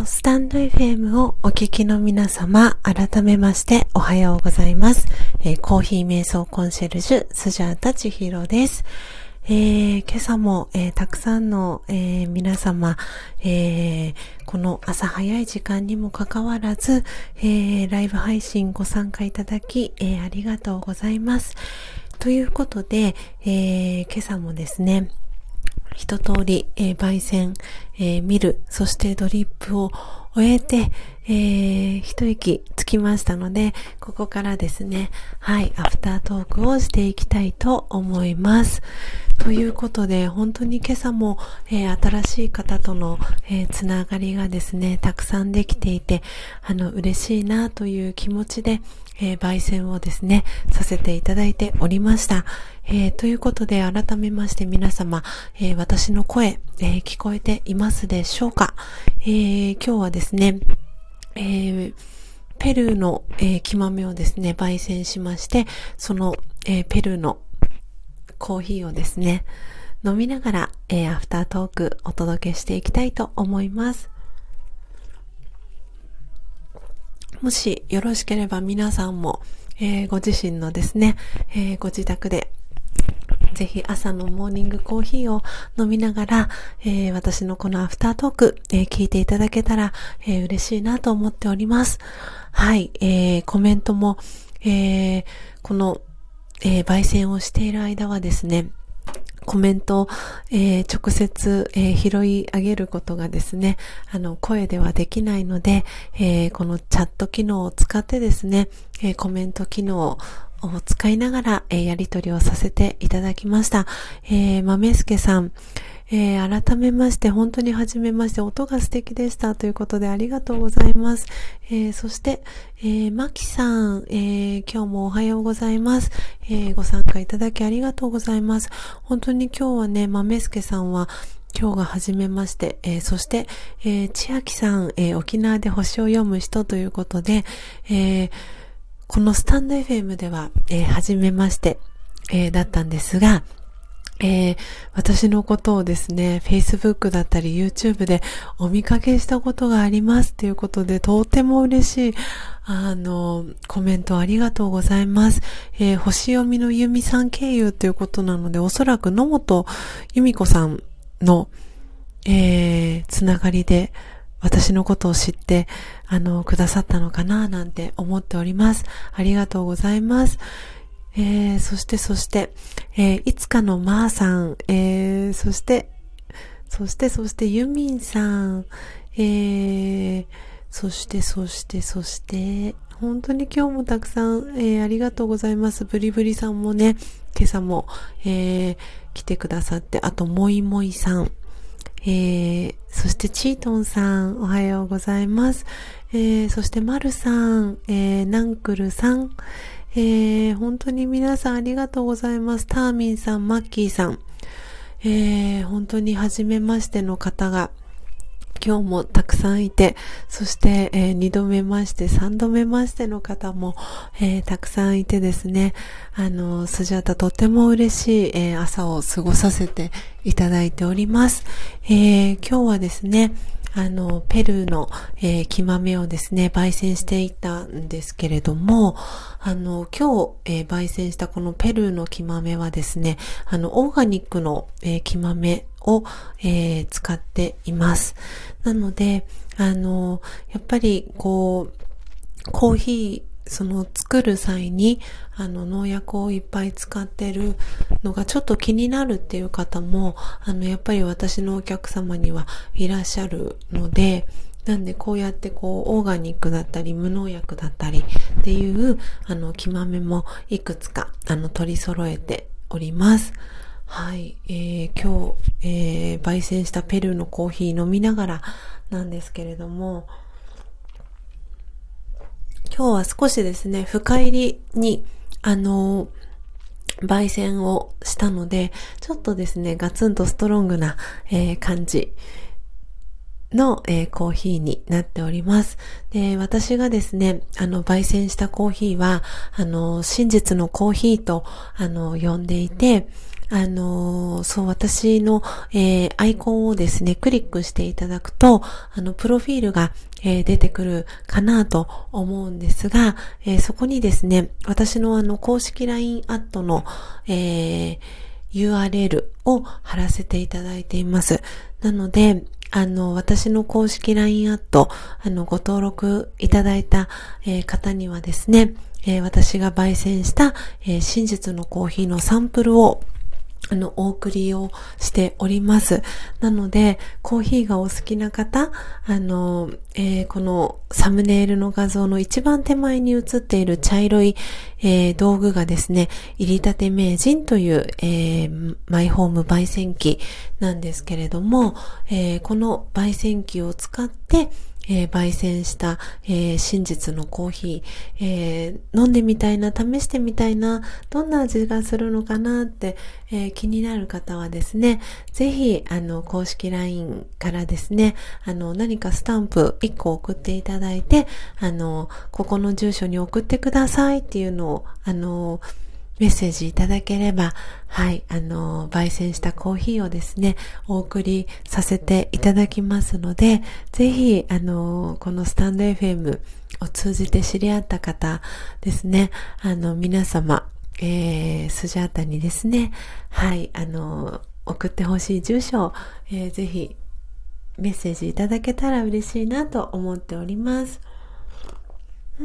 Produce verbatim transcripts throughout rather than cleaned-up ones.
スタンド エフエム をお聞きの皆様、改めましておはようございます。えー、コーヒー瞑想コンシェルジュ、スジャータ千尋です。えー、今朝も、えー、たくさんの、えー、皆様、えー、この朝早い時間にもかかわらず、えー、ライブ配信ご参加いただき、えー、ありがとうございます。ということで、えー、今朝もですね、一通り、えー、焙煎、えー、見る、そしてドリップを終えて、えー、一息つきましたので、ここからですね、はい、アフタートークをしていきたいと思います。ということで、本当に今朝も、えー、新しい方との、えー、つながりがですね、たくさんできていて、あの、嬉しいなという気持ちで、えー、焙煎をですね、させていただいておりました。えー、ということで、改めまして皆様、えー、私の声、えー、聞こえていますでしょうか？えー、今日はですね、えー、ペルーの、えー、木豆をですね、焙煎しまして、その、えー、ペルーのコーヒーをですね、飲みながら、えー、アフタートークお届けしていきたいと思います。もしよろしければ皆さんも、えー、ご自身のですね、えー、ご自宅でぜひ朝のモーニングコーヒーを飲みながら、えー、私のこのアフタートーク、えー、聞いていただけたら、えー、嬉しいなと思っております。はい、えー、コメントも、えー、この、えー、焙煎をしている間はですね、コメントを、えー、直接、えー、拾い上げることがですね、あの、声ではできないので、えー、このチャット機能を使ってですね、えー、コメント機能をを使いながら、えー、やり取りをさせていただきました。えー、豆助さん、えー、改めまして本当に初めまして音が素敵でしたということでありがとうございます。えー、そして、えー、マキさん、えー、今日もおはようございます。えー、ご参加いただきありがとうございます。本当に今日はね、豆助さんは今日が初めまして、えー、そして、えー、千秋さん、えー、沖縄で星を読む人ということで、えーこのスタンド エフエム では、えー、初めまして、えー、だったんですが、えー、私のことをですね、Facebook だったり YouTube でお見かけしたことがありますということで、とても嬉しい、あの、コメントありがとうございます。えー、星読みの由美さん経由ということなので、おそらく野本由美子さんの、えー、つながりで、私のことを知って、あの、くださったのかななんて思っております。ありがとうございます。えー、そして、そして、えー、いつかのまーさん、えー、そして、そして、そして、ゆみんさん、えー、そして、そして、そして、本当に今日もたくさん、えー、ありがとうございます。ブリブリさんもね、今朝も、えー、来てくださって、あと、もいもいさん、えー、そしてチートンさんおはようございます、えー、そしてマルさん、えー、ナンクルさん、えー、本当に皆さんありがとうございます。ターミンさん、マッキーさん、えー、本当に初めましての方が今日もたくさんいて、そして、えー、二度目まして、三度目ましての方も、えー、たくさんいてですね、あの、スジャータとても嬉しい、えー、朝を過ごさせていただいております。えー、今日はですね、あの、ペルーの、えー、木豆をですね、焙煎していたんですけれども、あの、今日、えー、焙煎したこのペルーの木豆はですね、あの、オーガニックの、えー、木豆を、えー、使っています。なので、あの、やっぱり、こう、コーヒー、その作る際に、あの、農薬をいっぱい使ってるのがちょっと気になるっていう方も、あの、やっぱり私のお客様にはいらっしゃるので、なんでこうやってこう、オーガニックだったり、無農薬だったりっていう、あの、木豆もいくつか、あの、取り揃えております。はい、えー、今日、えー、焙煎したペルーのコーヒー飲みながらなんですけれども、今日は少しですね、深入りに、あのー、焙煎をしたので、ちょっとですね、ガツンとストロングな、えー、感じの、えー、コーヒーになっております。で、私がですね、あの、焙煎したコーヒーは、あの、真実のコーヒーと、あの、呼んでいて、 あのー、そう、私の、えー、アイコンをですね、クリックしていただくと、あの、プロフィールが、えー、出てくるかなと思うんですが、えー、そこにですね、私のあの、公式 ライン アットの、えー、ユーアールエル を貼らせていただいています。なので、あの、私の公式 ライン アット、あの、ご登録いただいた、えー、方にはですね、えー、私が焙煎した、えー、真実のコーヒーのサンプルをあの、お送りをしております。なので、コーヒーがお好きな方、あの、えー、このサムネイルの画像の一番手前に映っている茶色い、えー、道具がですね、入りたて名人という、えー、マイホーム焙煎機なんですけれども、えー、この焙煎機を使って、えー、焙煎した、えー、真実のコーヒー、えー、飲んでみたいな、試してみたいな、どんな味がするのかなって、えー、気になる方はですね、ぜひ、あの、公式 ライン からですね、あの、何かスタンプいっこ送っていただいて、あの、ここの住所に送ってくださいっていうのを、あの、メッセージいただければ、はい、あの、焙煎したコーヒーをですね、お送りさせていただきますので、ぜひ、あの、このスタンド エフエム を通じて知り合った方ですね、あの、皆様、えー、スジャータにですね、はい、あの、送ってほしい住所を、えー、ぜひ、メッセージいただけたら嬉しいなと思っております。うん。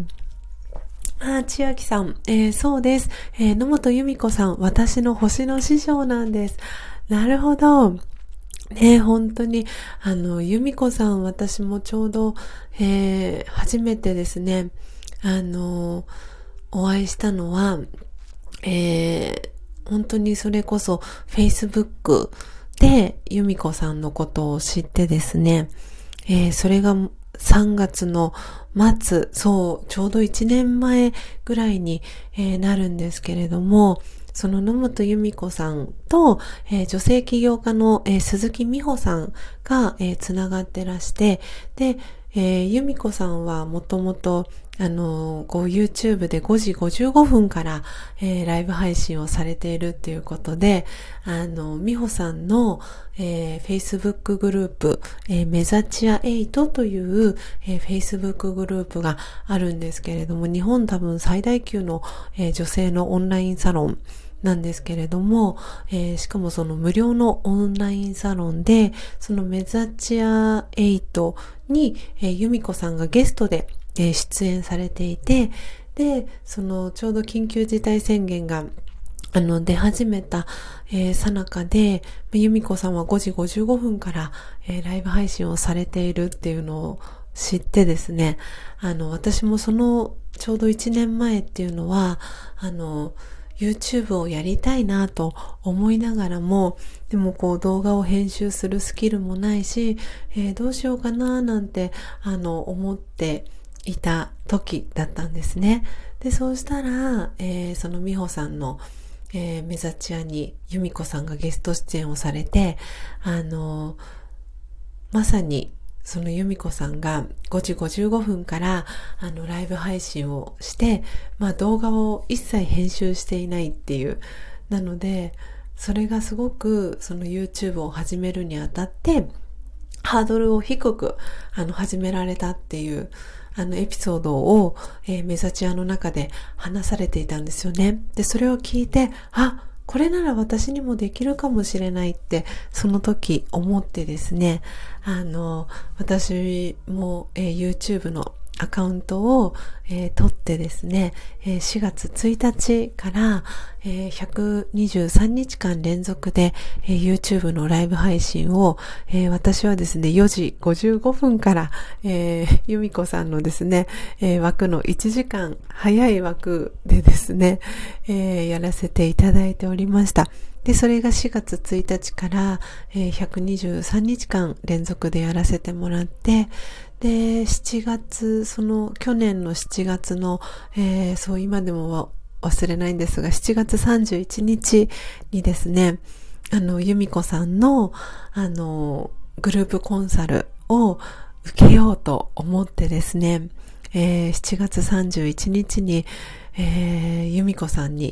あ、千秋さん、えー、そうです。えー、野本由美子さん、私の星の師匠なんです。なるほど。ね、本当に、あの、由美子さん、私もちょうど、えー、初めてですね、あの、お会いしたのは、えー、本当にそれこそ、Facebook で由美子さんのことを知ってですね、えー、それがさんがつの末、そう、ちょうどいちねんまえぐらいに、えー、なるんですけれども、その野本由美子さんと、えー、女性起業家の、えー、鈴木美穂さんが、えー、つながってらして、で、えー、由美子さんはもともと、あのー、こう YouTube でごじごじゅうごふんから、えー、ライブ配信をされているっていうことで、あの、美穂さんの、えー、Facebook グループ、えー、メザチアエイトという、えー、Facebook グループがあるんですけれども、日本多分最大級の、えー、女性のオンラインサロンなんですけれども、えー、しかもその無料のオンラインサロンで、そのメザチアエイトに、えー、由美子さんがゲストで、えー、出演されていて、で、そのちょうど緊急事態宣言があの、出始めた、えー、さなかで、由美子さんはごじごじゅうごふんから、えー、ライブ配信をされているっていうのを知ってですね、あの、私もその、ちょうどいちねんまえっていうのは、あの、YouTube をやりたいなと思いながらも、でもこう動画を編集するスキルもないし、えー、どうしようかななんて、あの、思っていた時だったんですね。で、そうしたら、えー、その美穂さんの、えー、メザチアに由美子さんがゲスト出演をされて、あの、まさにその由美子さんがごじごじゅうごふんからあのライブ配信をして、まあ動画を一切編集していないっていう、なので、それがすごくその YouTube を始めるにあたって、ハードルを低くあの始められたっていう、あのエピソードを、えー、メザチアの中で話されていたんですよね。で、それを聞いて、あ、これなら私にもできるかもしれないって、その時思ってですね、あの、私も、えー、YouTube のアカウントを、えー、取ってですね、えー、しがつついたちから、えー、ひゃくにじゅうさんにちかん連続で、えー、YouTube のライブ配信を、えー、私はですね、よじごじゅうごふんから、えー、由美子さんのですね、えー、枠のいちじかん早い枠でですね、えー、やらせていただいておりました。で、それがしがつついたちから、えー、ひゃくにじゅうさんにちかん連続でやらせてもらって、で、しちがつ、その去年のしちがつの、えー、そう今でもは忘れないんですが、しちがつさんじゅういちにちにですね、あの、由美子さんの、あの、グループコンサルを受けようと思ってですね、えー、しちがつさんじゅういちにちに、えー、由美子さんに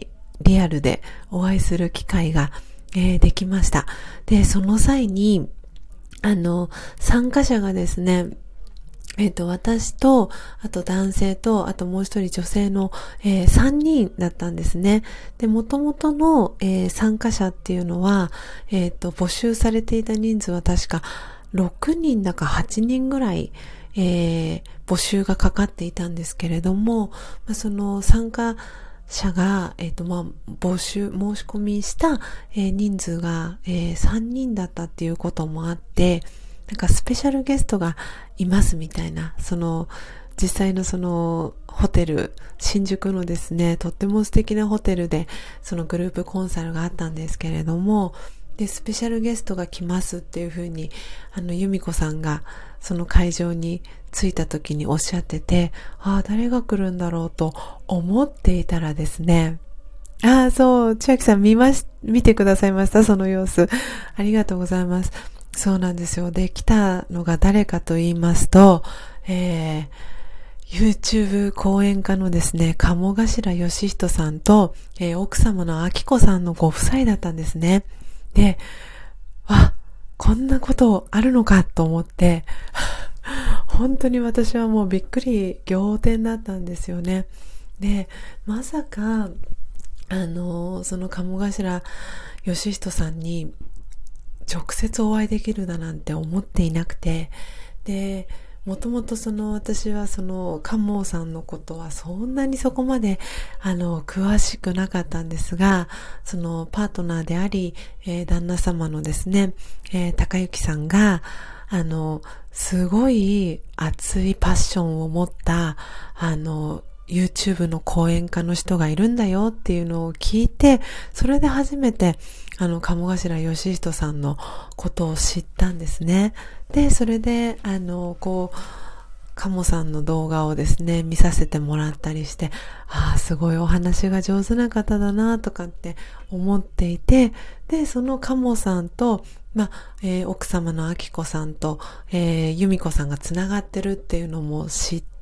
リアルでお会いする機会が、えー、できました。で、その際に、あの、参加者がですね、えっと、私と、あと男性と、あともう一人女性の、えー、さんにんだったんですね。で、元々の、えー、参加者っていうのは、えっと、募集されていた人数は確かろくにんだかはちにんぐらい、えー、募集がかかっていたんですけれども、まあ、その参加者が、えっと、まあ、募集、申し込みした、えー、人数が、えー、さんにんだったっていうこともあって、なんかスペシャルゲストがいますみたいな、その実際のそのホテル、新宿のですね、とっても素敵なホテルでそのグループコンサルがあったんですけれども、でスペシャルゲストが来ますっていう風にあの由美子さんがその会場に着いた時におっしゃってて、ああ誰が来るんだろうと思っていたらですね、ああそう、千秋さん見まし見てくださいました、その様子。ありがとうございます。そうなんですよ。で、来たのが誰かと言いますと、えー、YouTube 講演家のですね、鴨頭義人さんと、えー、奥様の明子さんのご夫妻だったんですね。で、あ、こんなことあるのかと思って、本当に私はもうびっくり仰天だったんですよね。で、まさか、あの、その鴨頭義人さんに、直接お会いできるだなんて思っていなくて、で、もともとその私はその鴨さんのことはそんなにそこまであの詳しくなかったんですが、そのパートナーであり、えー、旦那様のですね、えー、高幸さんがあのすごい熱いパッションを持ったあのYouTube の講演家の人がいるんだよっていうのを聞いて、それで初めてあの鴨頭義人さんのことを知ったんですね。で、それであのこう鴨さんの動画をですね見させてもらったりして、ああすごいお話が上手な方だなとかって思っていて、でその鴨さんとまあ、えー、奥様の明子さんと、えー、由美子さんがつながってるっていうのも知って、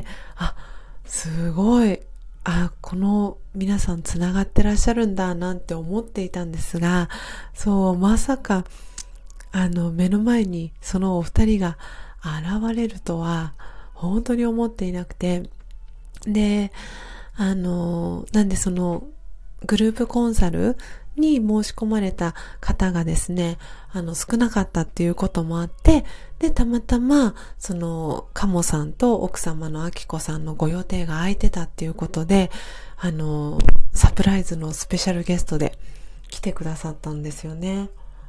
あ、すごい、あ、この皆さんつながってらっしゃるんだなんて思っていたんですが、そうまさかあの目の前にそのお二人が現れるとは本当に思っていなくて、で、あのなんでそのグループコンサルに申し込まれた方がですね、あの少なかったっていうこともあって、でたまたまその鴨さんと奥様の明子さんのご予定が空いてたっていうことで、あのサプライズのスペシャルゲストで来てくださったんですよね。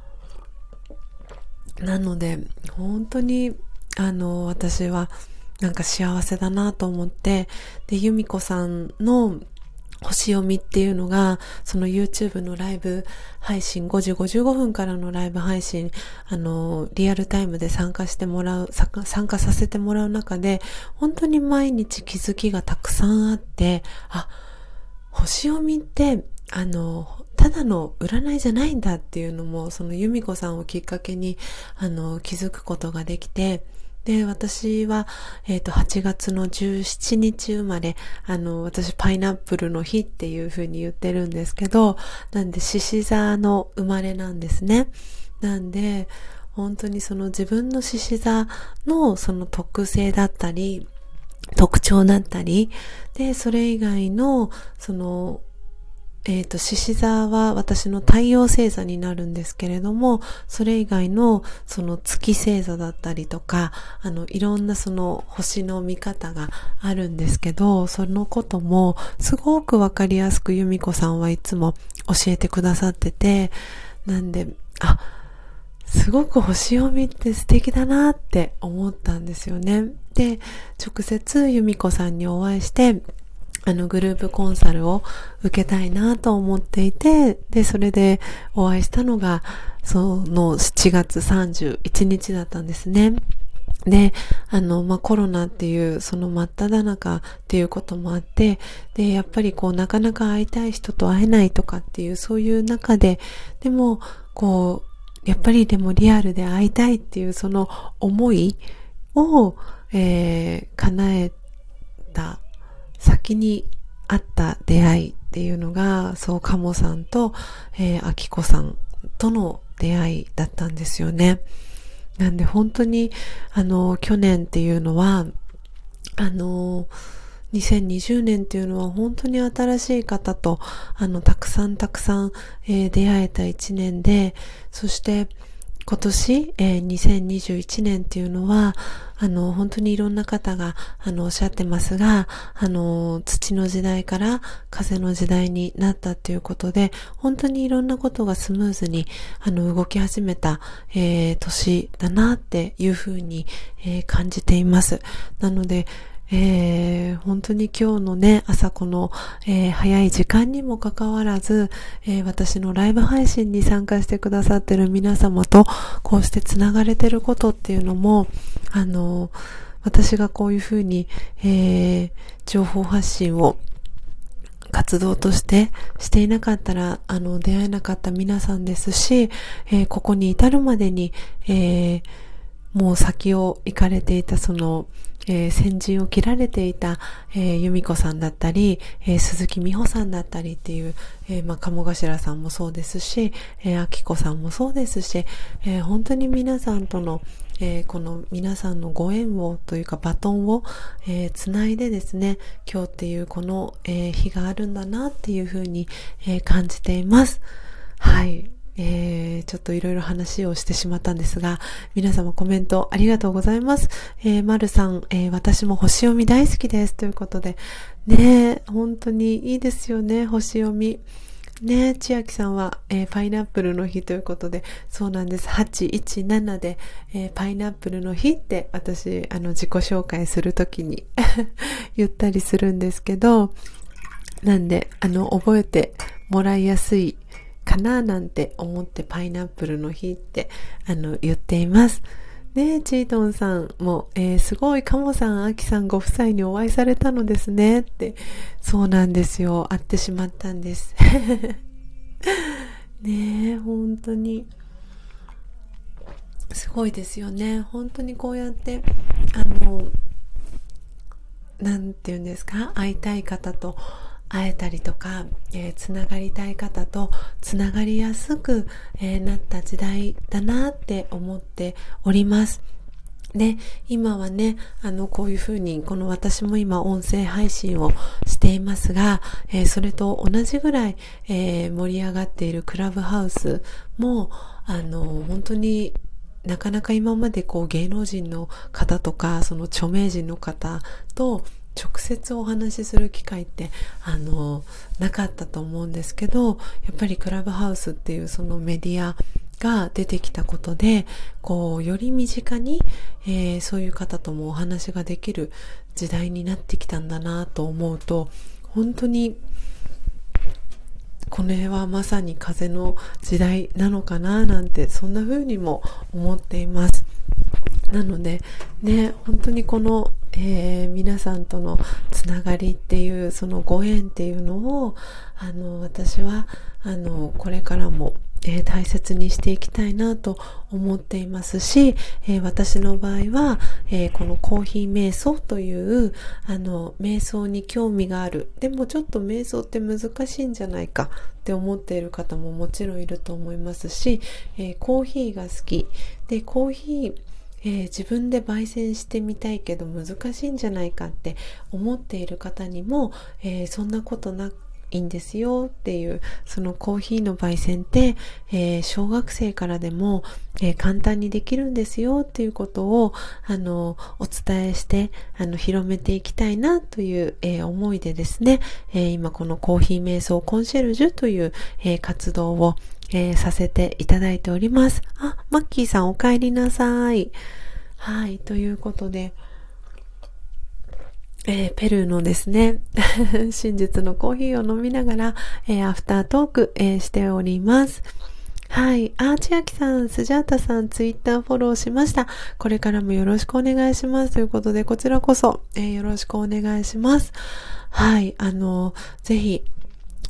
なので本当にあの私はなんか幸せだなと思って、で由美子さんの星読みっていうのがその YouTube のライブ配信ごじごじゅうごふんからのライブ配信、あのリアルタイムで参加してもらう参加させてもらう中で本当に毎日気づきがたくさんあって、あ、星読みってあのただの占いじゃないんだっていうのもその由美子さんをきっかけにあの気づくことができて、で、私は、えっと、はちがつのじゅうしちにち生まれ、あの、私、パイナップルの日っていう風に言ってるんですけど、なんで、獅子座の生まれなんですね。なんで、本当にその自分の獅子座のその特性だったり、特徴だったり、で、それ以外の、その、えっと、獅子座は私の太陽星座になるんですけれども、それ以外のその月星座だったりとか、あの、いろんなその星の見方があるんですけど、そのこともすごくわかりやすく由美子さんはいつも教えてくださってて、なんで、あ、すごく星読みって素敵だなって思ったんですよね。で、直接由美子さんにお会いして、あのグループコンサルを受けたいなと思っていて、で、それでお会いしたのが、そのしちがつさんじゅういちにちだったんですね。で、あの、まあ、コロナっていう、その真っ只中っていうこともあって、で、やっぱりこう、なかなか会いたい人と会えないとかっていう、そういう中で、でも、こう、やっぱりでもリアルで会いたいっていう、その思いを、えー、叶えた、先にあった出会いっっていうのが、そう、カモさんと、えー、アキコさんとの出会いだったんですよね。なんで本当に、あの、去年っていうのは、あの、にせんにじゅうねんっていうのは本当に新しい方と、あの、たくさんたくさん、えー、出会えた一年で、そして、今年、えー、にせんにじゅういちねんっていうのは、あの、本当にいろんな方が、あの、おっしゃってますが、あの、土の時代から風の時代になったっていうことで、本当にいろんなことがスムーズに、あの、動き始めた、えー、年だなっていうふうに、えー、感じています。なので、えー、本当に今日のね、朝この、えー、早い時間にもかかわらず、えー、私のライブ配信に参加してくださってる皆様とこうしてつながれてることっていうのも、あの、私がこういうふうに、えー、情報発信を活動としてしていなかったら、あの、出会えなかった皆さんですし、えー、ここに至るまでに、えー、もう先を行かれていたその、えー、先陣を切られていた、えー、由美子さんだったり、えー、鈴木美穂さんだったりっていう、えー、まあ、鴨頭さんもそうですし、えー、明子さんもそうですし、えー、本当に皆さんとの、えー、この皆さんのご縁をというかバトンを、えー、つないでですね、今日っていうこの、えー、日があるんだなっていうふうに、えー、感じています。はい。えー、ちょっといろいろ話をしてしまったんですが、皆様コメントありがとうございます。えー、まるさん、えー、私も星読み大好きですということで、ね、本当にいいですよね、星読み。ね、千秋さんは、えー、パイナップルの日ということで、そうなんです。はちいちななで、えー、パイナップルの日って私、あの、自己紹介するときに言ったりするんですけど、なんで、あの、覚えてもらいやすいかななんて思ってパイナップルの日ってあの言っています。ねえ、チートンさんも、えー、すごいカモさん、アキさんご夫妻にお会いされたのですねって。そうなんですよ。会ってしまったんです。ねえ、本当にすごいですよね。本当にこうやってあのなんていうんですか、会いたい方と会えたりとか、えー、つながりたい方とつながりやすく、えー、なった時代だなって思っております。で、今はね、あの、こういうふうに、この私も今音声配信をしていますが、えー、それと同じぐらい、えー、盛り上がっているクラブハウスも、あの、本当になかなか今までこう芸能人の方とか、その著名人の方と直接お話しする機会ってあのなかったと思うんですけど、やっぱりクラブハウスっていうそのメディアが出てきたことで、こうより身近に、えー、そういう方ともお話ができる時代になってきたんだなと思うと、本当にこれはまさに風の時代なのかななんて、そんな風にも思っています。なのでね、本当にこの、えー、皆さんとのつながりっていうそのご縁っていうのをあの私はあのこれからも、えー、大切にしていきたいなと思っていますし、えー、私の場合は、えー、このコーヒー瞑想というあの瞑想に興味がある、でもちょっと瞑想って難しいんじゃないかって思っている方ももちろんいると思いますし、えー、コーヒーが好きでコーヒーえー、自分で焙煎してみたいけど難しいんじゃないかって思っている方にも、えー、そんなことないんですよっていう、そのコーヒーの焙煎って、えー、小学生からでも、えー、簡単にできるんですよっていうことをあのお伝えしてあの広めていきたいなという、えー、思いでですね、えー、今このコーヒー瞑想コンシェルジュという、えー、活動をえー、させていただいております。あ、マッキーさんお帰りなさい。はい、ということで、えー、ペルーのですね、真実のコーヒーを飲みながら、えー、アフタートーク、えー、しております。はい。あー、千秋さん、スジャータさん、ツイッターフォローしました。これからもよろしくお願いします。ということで、こちらこそ、えー、よろしくお願いします。はい。あの、ぜひ、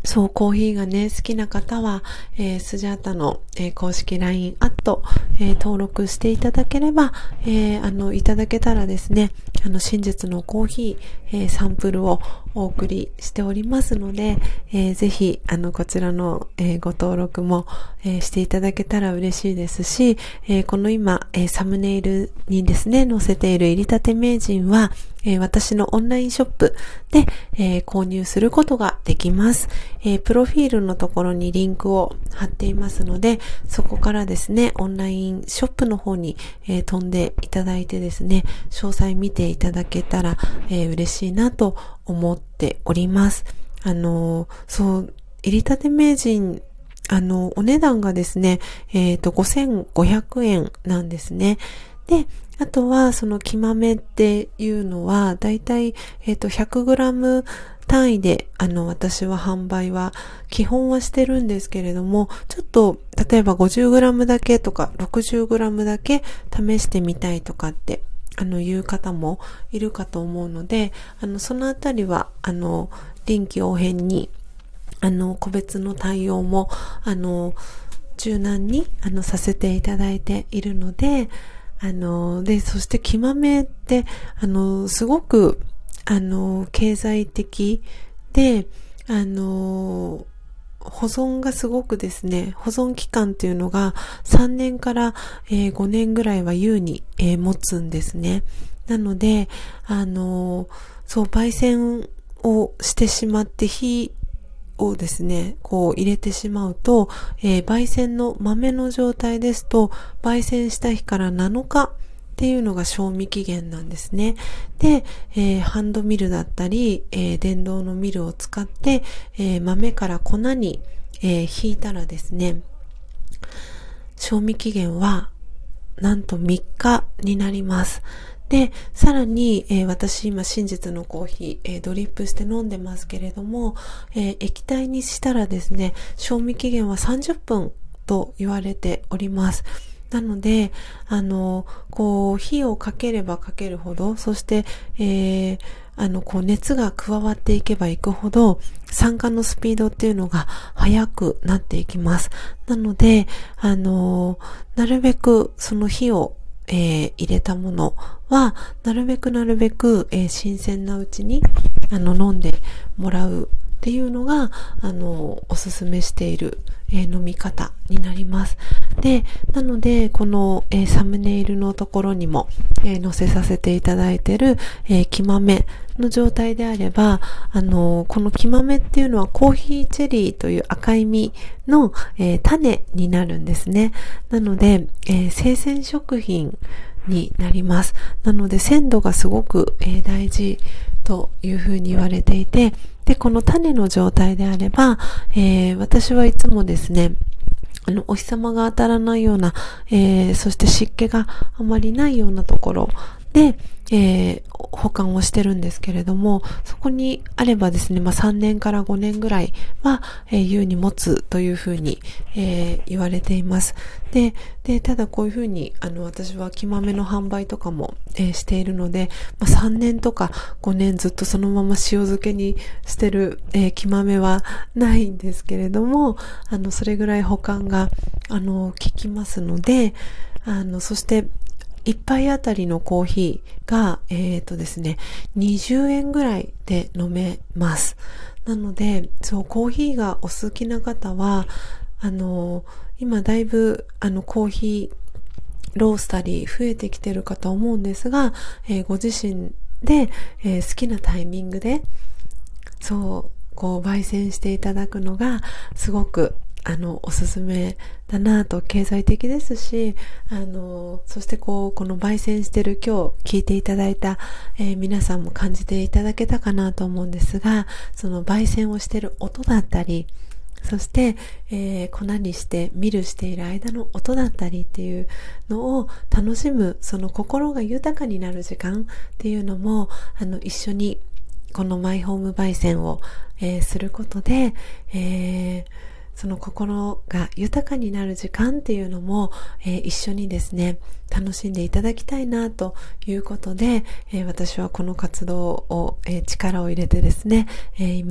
そう、コーヒーがね、好きな方は、えー、スジャータの、えー、公式 ライン アット、えー、登録していただければ、えー、あの、いただけたらですね、あの、真実のコーヒー、えー、サンプルをお送りしておりますので、えー、ぜひ、あの、こちらの、えー、ご登録も、えー、していただけたら嬉しいですし、えー、この今、えー、サムネイルにですね、載せている入りたて名人は、えー、私のオンラインショップで、えー、購入することができます。えー、プロフィールのところにリンクを貼っていますので、そこからですね、オンラインショップの方に、えー、飛んでいただいてですね、詳細見ていただけたら、えー、嬉しいなと思っております。あのー、そう、入りたて名人、あの、お値段がですね、えっと、ごせんごひゃくえんなんですね。で、あとは、その、木豆っていうのは、だいたい、えっと、ひゃくグラム単位で、あの、私は販売は、基本はしてるんですけれども、ちょっと、例えば ごじゅうグラム だけとか、ろくじゅうグラム だけ試してみたいとかって、あの、いう方もいるかと思うので、あの、そのあたりは、あの、臨機応変に、あの、個別の対応も、あの、柔軟に、あの、させていただいているので、あの、で、そして木豆って、あの、すごく、あの、経済的で、あの、保存がすごくですね、保存期間っていうのがさんねんから、えー、ごねんぐらいは優に、えー、持つんですね。なので、あの、そう、焙煎をしてしまって火をですね、こう入れてしまうと、えー、焙煎の豆の状態ですと、焙煎した日からなのかっていうのが賞味期限なんですね。で、えー、ハンドミルだったり、えー、電動のミルを使って、えー、豆から粉に、えー、ひいたらですね、賞味期限はなんとみっかになります。で、さらに、えー、私今真実のコーヒー、えー、ドリップして飲んでますけれども、えー、液体にしたらですね、賞味期限はさんじゅっぷんと言われております。なので、あの、こう、火をかければかけるほど、そして、えー、あの、こう、熱が加わっていけばいくほど、酸化のスピードっていうのが速くなっていきます。なので、あの、なるべくその火をえー、入れたものは、なるべくなるべく、えー、新鮮なうちに、あの、飲んでもらうっていうのが、あの、おすすめしている、えー、飲み方になります。で、なので、この、えー、サムネイルのところにも、えー、載せさせていただいている、えー、木豆の状態であれば、あの、この木豆っていうのはコーヒーチェリーという赤い実の、えー、種になるんですね。なので、えー、生鮮食品になります。なので、鮮度がすごく、えー、大事というふうに言われていて、で、この種の状態であれば、えー、私はいつもですね、あの、お日様が当たらないような、えー、そして湿気があまりないようなところで、えー、保管をしてるんですけれども、そこにあればですね、まあ、さんねんからごねんぐらいは、えー、優に持つというふうに、えー、言われています。で、で、ただこういうふうに、あの、私は木豆の販売とかも、えー、しているので、まあ、さんねんとかごねんずっとそのまま塩漬けにしてる、えー、木豆はないんですけれども、あの、それぐらい保管が、あの、効きますので、あの、そして、一杯あたりのコーヒーが、えっとですね、にじゅうえんぐらいで飲めます。なので、そう、コーヒーがお好きな方は、あの、今だいぶ、あの、コーヒー、ロースタリー増えてきてるかと思うんですが、えー、ご自身で、えー、好きなタイミングで、そう、こう、焙煎していただくのが、すごく、あの、おすすめだなと、経済的ですし、あの、そしてこう、この焙煎してる今日聞いていただいた、えー、皆さんも感じていただけたかなと思うんですが、その焙煎をしてる音だったり、そして、えー、粉にしてミルしている間の音だったりっていうのを楽しむ、その心が豊かになる時間っていうのも、あの、一緒にこのマイホーム焙煎を、えー、することで、えーその心が豊かになる時間っていうのも、えー、一緒にですね、楽しんでいただきたいなということで、えー、私はこの活動を、えー、力を入れてですね、えー、今、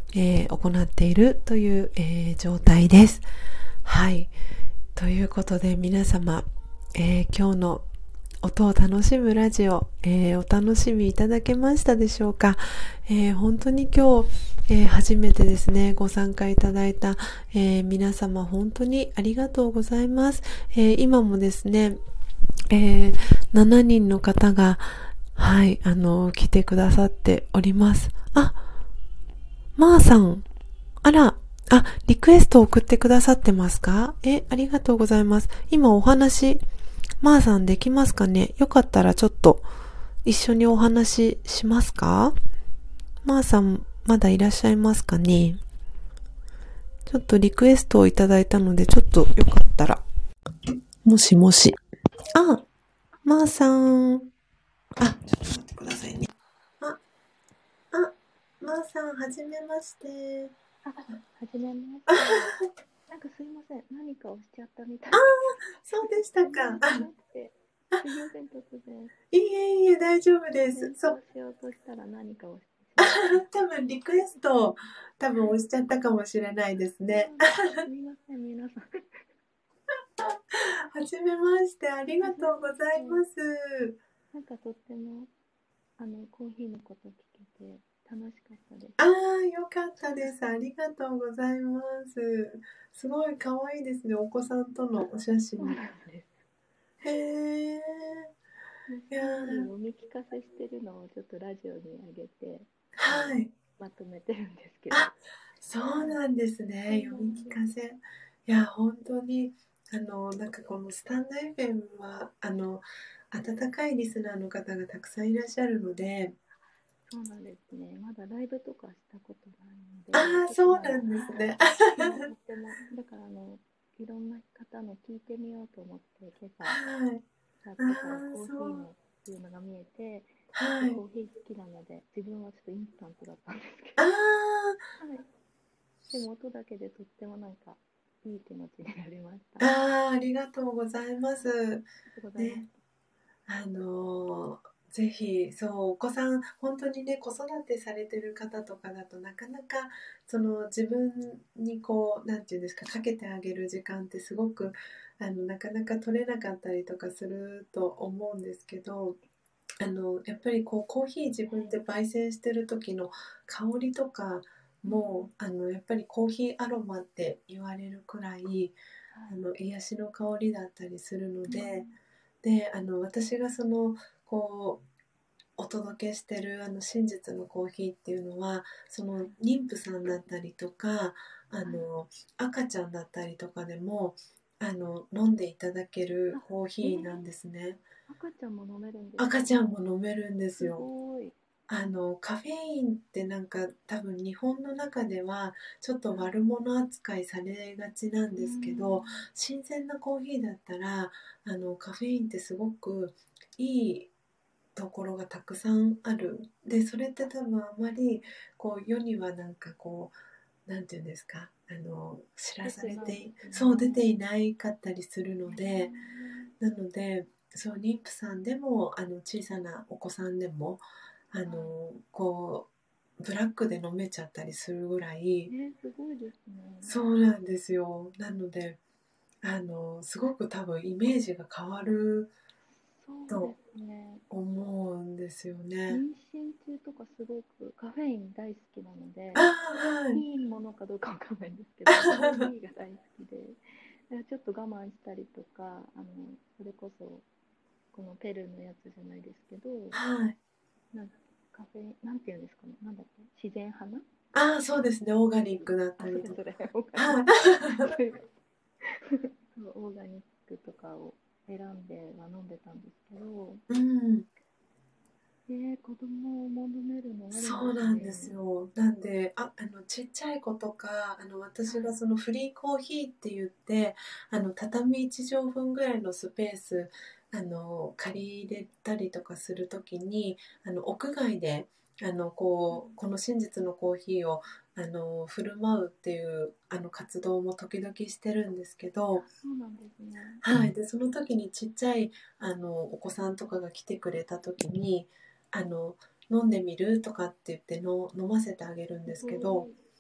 えー、行っているという、えー、状態です。はい。ということで皆様、えー、今日の音を楽しむラジオ、えー、お楽しみいただけましたでしょうか。えー、本当に今日、えー、初めてですね、ご参加いただいた、えー、皆様本当にありがとうございます。えー、今もですね、えー、しちにんの方が、はい、あの、来てくださっております。あ、まーさん、あら、あ、リクエスト送ってくださってますか？え、ありがとうございます。今お話、まーさんできますかね？よかったらちょっと一緒にお話ししますか？まーさん、まだいらっしゃいますかね？ちょっとリクエストをいただいたので、ちょっとよかったら。もしもし。あ、まーさん。あ、ちょっと待ってくださいね。あ、あ、まーさん、はじめまして。 あ、はじめまして。なんかすいません。何か押しちゃったみたい。 ああ、そうでしたか。 なくて。すいません、突然。 いいえいえ、大丈夫です。 演そう。 奏しようとしたら何か押してしまった。 多分リクエストを多分押しちゃったかもしれないですね。 すみません、皆さん。 はじめまして、ありがとうございます。 なんかとっても、あの、コーヒーのこと聞けて楽しかったです。 ああ、よかったです。ありがとうございます。すごい可愛いですね、お子さんとのお写真。 そうなんです。 へえ。いや読ー、 み聞かせしてるのをちょっとラジオに上げて、 はい。 まとめてるんですけど。 あ、そうなんですね。読み聞かせ。いや、本当に、あの、なんかこのスタンド エフエム は、あの、温かいリスナーの方がたくさんいらっしゃるので、 そうなんですね。まだライブとかしたことないので、 ああ、 ちょっとまだ、 そうなんですね。 でもとっても、だからあの、いろんな方の聞いてみようと思って、今朝、 はい。 やっあてたらあ、 コーヒーそう。 のっていうのが見えて、 はい。 でコーヒー好きなので、自分はちょっとインスタントだったんですけあど、 あ、 はい。でも音だけでとってもなんか、いい気持ちになりました。あああ、ありがとうございます。 りがとうございまね、 す。 あのーぜひ、そう、お子さん、本当にね、子育てされてる方とかだとなかなか、その自分にこう、なんていうんですか、かけてあげる時間ってすごく、あの、なかなか取れなかったりとかすると思うんですけど、あの、やっぱりこう、コーヒー自分で焙煎してる時の香りとかも、あの、やっぱりコーヒーアロマって言われるくらい、 はい。 あの、癒しの香りだったりするのうで、 ん、 で、あの、私がその、こう、お届けしてるあの真実のコーヒーっていうのは、そのはい。 妊婦さんだったりとか、あはい。 の赤ちゃんだったりとかでもあの飲んでいただけるあ、 コーえー、 ヒーなんですね。 赤ちゃんも飲めるんですか？ 赤ちゃんも飲めるんですすよ。 ごい。 あのカフェインってなんか多分日本の中ではちょっとはい。 悪者扱いされがちなんうーですけど、 ん。 新鮮なコーヒーだったらあのカフェインってすごくいいところがたくさんある。でそれって多分あまりこう世にはなんかこうなんていうんですか、あの知ら出されててないですよそう出てね。 いないかったりするので、なのでそう妊婦さんでもあの小さなお子さんでもあはい。 のこうブラックで飲めちゃったりするぐらい。 えー、すごいですね。 そうなんですよ。なのであのすごく多分イメージが変わるそうでとすね。 思うんですよね。 妊娠中とかすごくカフェイン大好きなのあで、 あ、はい。 いいものかどうかわかんないんですけど、コーヒーが大好きで、だからちょっと我慢したりとか、あの、それこそ、このペルーのやつじゃないですけど、 はい。 なんカフェイン、なんていうんですかね、なんだっけ、自然花ああ、そうですね。オーガコーヒー。 ニックだっあ、 たりとか。 それそれ、オーガニッはい。 ク。それがそうオーガニックとかを選んでは飲んでたんですけど、 うん。 えー、子供も飲めるのあるんでそうなんですすね。 よ。なんで、あ、あの、ちっちゃい子とか、あの、私がはい。 そのフリーコーヒーって言って、あの、畳いち畳分ぐらいのスペース、あの、借り入れたりとかするときに、あの、屋外で、あの、こう、この真実のコーヒーを、あの、振る舞うっていう、あの、活動も時々してるんですけど、 そうなんですね。 はい。で、その時にちっちゃい、あの、お子さんとかが来てくれた時に、あの、飲んでみるとかって言っての飲ませてあげるんすですけど、 ごい。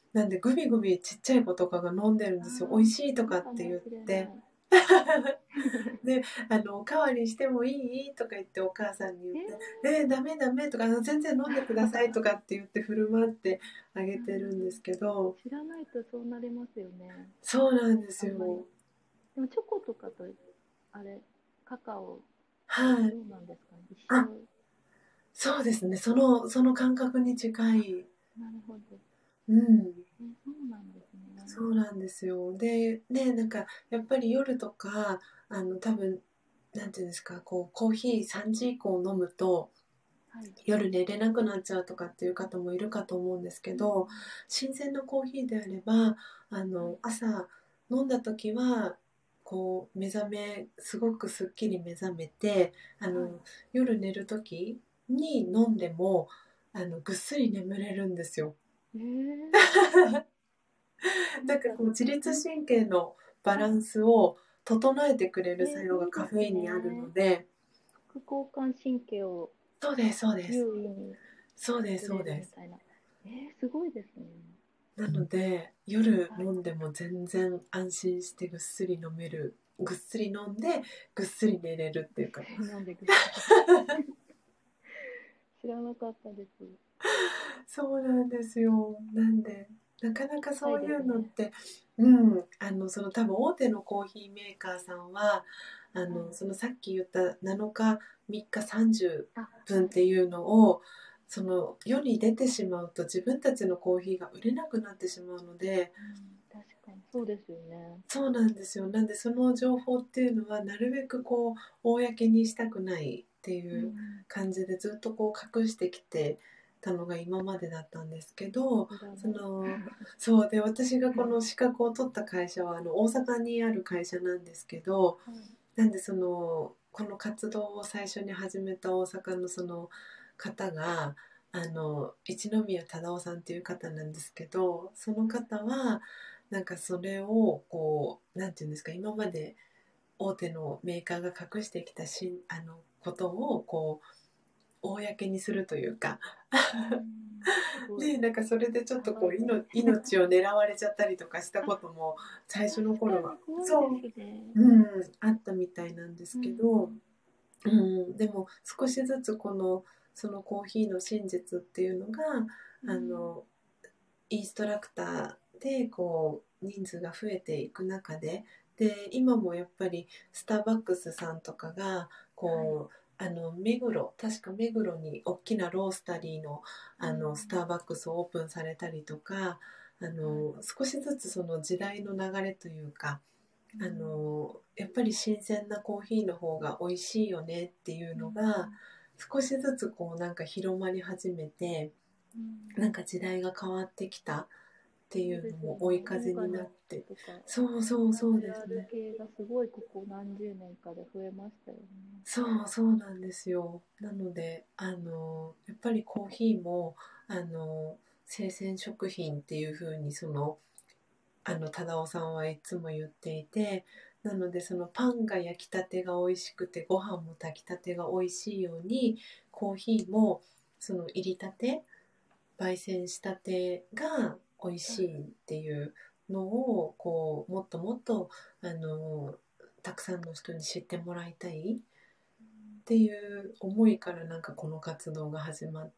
なんでグビグビちっちゃい子とかが飲んでるんですよ。美味しいとかって言って。で、あの、おかわりしてもいいとか言ってお母さんに言って、えー、ダメダメとか、全然飲んでくださいとかって言って振る舞ってあげてるんですけど。 知らないとそうなりますよね。 そうなんですよ。 でもチョコとかと、あれ、カカオ、 はい。 どうなんですかね、一緒。 そうですね、その、その感覚に近い。 なるほど。 うん。 え、そうなんですね。 そうなんですよ。で、ね、なんか、やっぱり夜とか、あの、多分、なんていうんですか、こう、コーヒーさんじ以降飲むと、 はい、 夜寝れなくなっちゃうとかっていう方もいるかと思うんですけど、うん、新鮮なコーヒーであれば、あの、はい、朝飲んだ時は、こう、目覚め、すごくすっきり目覚めて、あの、はい、夜寝る時に飲んでも、あの、ぐっすり眠れるんですよ。 えーなんかこう自律神経のバランスを整えてくれる作用がカフェインにあるので、 副交感神経をそうですそうです優位にそうですしてくそうです。 れるみたいな。えー、すごいですね。 なので夜飲んでも全然安心してぐっすり飲める、ぐっすり飲んでぐっすり寝れるっていうか。 飲んでぐっすり知らなかったです。 そうなんですよ。なんでなかなかそういうのって、 ね、 うん、あのその多分大手のコーヒーメーカーさんはあの、はい、そのさっき言ったなのかみっかさんじゅっぷんっていうのをその世に出てしまうと自分たちのコーヒーが売れなくなってしまうので、 うん、確かにそうですよね。 そうなんですよ。なんでその情報っていうのはなるべくこう公にしたくないっていう感じでずっとこう隠してきてたのが今までだったんですけど、そのそうで私がこの資格を取った会社はあの大阪にある会社なんですけど、はい、なんでそのこの活動を最初に始めた大阪のその方があの一宮忠夫さんっていう方なんですけど、その方はなんかそれをこうなんていうんですか、今まで大手のメーカーが隠してきたしあのことをこう公にするというかでなんかそれでちょっとこう命を狙われちゃったりとかしたことも最初の頃はそう、うん、あったみたいなんですけど、うん、でも少しずつこのそのコーヒーの真実っていうのがあのインストラクターでこう人数が増えていく中で、で今もやっぱりスターバックスさんとかがこう、はい、あの目黒確か目黒に大きなロースタリーのあのスターバックスをオープンされたりとか、あの、はい、少しずつその時代の流れというか、あのやっぱり新鮮なコーヒーの方が美味しいよねっていうのが少しずつこうなんか広まり始めて、なんか時代が変わってきたっていうのも追い風になって、そうそうそうですね。 系がすごいここ何十年かで増えましたよね。 そうそうなんですよ。なのであのやっぱりコーヒーもあの生鮮食品っていう風にそのあの忠夫さんはいつも言っていて、なのでそのパンが焼きたてが美味しくてご飯も炊きたてが美味しいようにコーヒーもその入りたて焙煎したてが美味しいっていうのをこうもっともっとあのたくさんの人に知ってもらいたいっていう思いからなんかこの活動が始まって、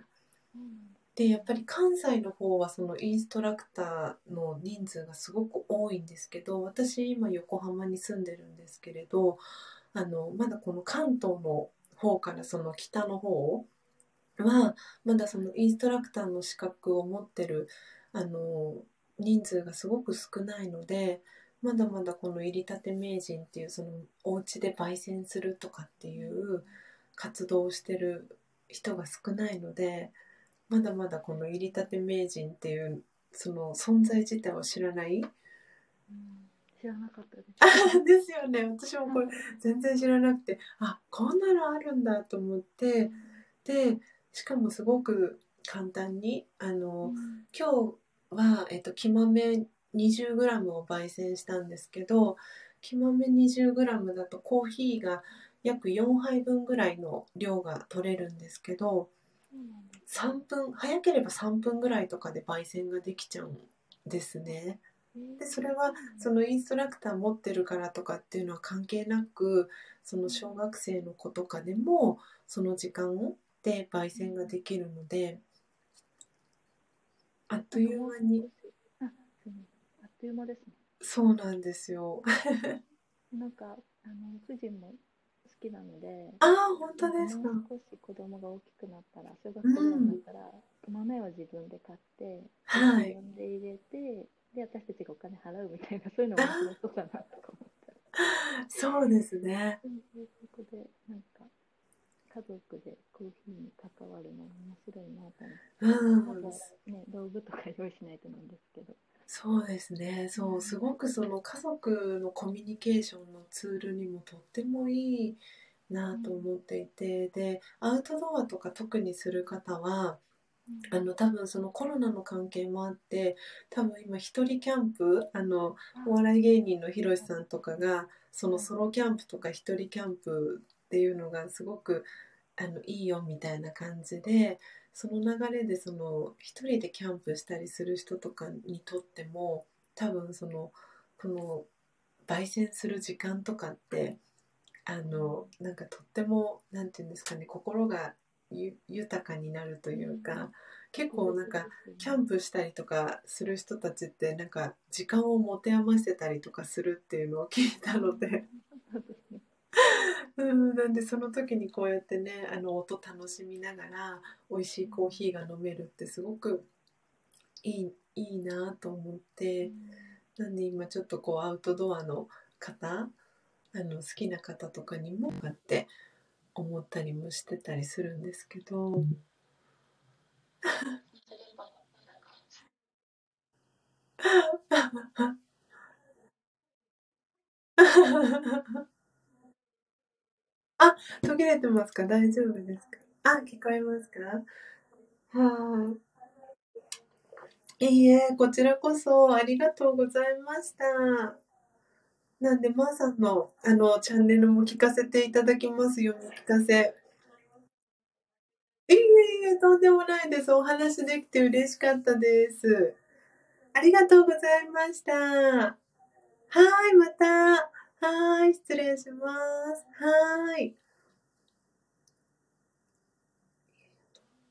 でやっぱり関西の方はそのインストラクターの人数がすごく多いんですけど、私今横浜に住んでるんですけれど、あのまだこの関東の方からその北の方はまだそのインストラクターの資格を持ってるあの人数がすごく少ないので、まだまだこの入りたて名人っていうそのお家で焙煎するとかっていう活動をしてる人が少ないので、まだまだこの入りたて名人っていうその存在自体を知らない、うん、 知らなかったですですよね。私もこれ全然知らなくて、あ、こんなのあるんだと思って、でしかもすごく簡単にあの、うん、今日は、えっと、木豆 にじゅうグラム を焙煎したんですけど、木豆 にじゅうグラム だとコーヒーが約よんはいぶんぐらいの量が取れるんですけど、 そうなんです 3 ね。 分、早ければさんぷんぐらいとかで焙煎ができちゃうんですね。 えー、 で、それはそうなんですそのインストラクター持ってるからとかっていうのは関係なく、そのね。 小学生の子とかでもその時間で焙うん、うん、 煎ができるので、あっといなんかもうう間に。 少し、あ、すみません。あっという間ですね。 そうなんですよ。 なんか、あの、主人も好きなので、 ああ、本なんか当ですか。 もう少し子供が大きくなったら、小学う生ぐらいになっん。 たら、豆を自分で買って、で、自はい。 分で入れて、で、私たちがお金払うみたいな、そういうのあも面白そうだなとか思ったら。 あ、そうですね。 うん、そこで、なんか、家族でコーヒーに関わるのも面白いなと思って。 うん。 あとはね、道具とか用意しないとなんですけど。 そうですね。 うん、 そう、すごくその家族のコミュニケーションのツールにもとってもいいなうん、 と思っていて、で、アウトドアとか特にする方は、 うん、 あの多分そのコロナの関係もあって、多分今一人キャンプ、あのあ、 お笑い芸人のひろしさんとかがそのはい、 ソロキャンプとか一人キャンプっていうのがすごくあのいいよみたいな感じで、その流れでその一人でキャンプしたりする人とかにとっても、多分そのこの焙煎する時間とかってあのなんかとってもなんていうんですかね、心がゆ豊かになるとうん、 いうか、結特別構なんかですよね。 キャンプしたりとかする人たちってなんか時間を持て余せたりとかするっていうのを聞いたあので、 あ、そうですね。 うん、なんでその時にこうやってね、あの音楽しみながら美味しいコーうん、 ヒーが飲めるってすごくいい、いいなと思って、 うん、 なんで今ちょっとこうアウトドアの方、あの好きな方とかにもこうやって思ったりもしてたりするんですけど。あ、途切れてますか？大丈夫ですか？あ、聞こえますか？はい。いいえ、こちらこそありがとうございました。なんで、まーさんの、あの、チャンネルも聞かせていただきますよ、読み聞かせ。いえいえ、とんでもないです。お話できて嬉しかったです。ありがとうございました。はい、また。はい、失礼します。はい。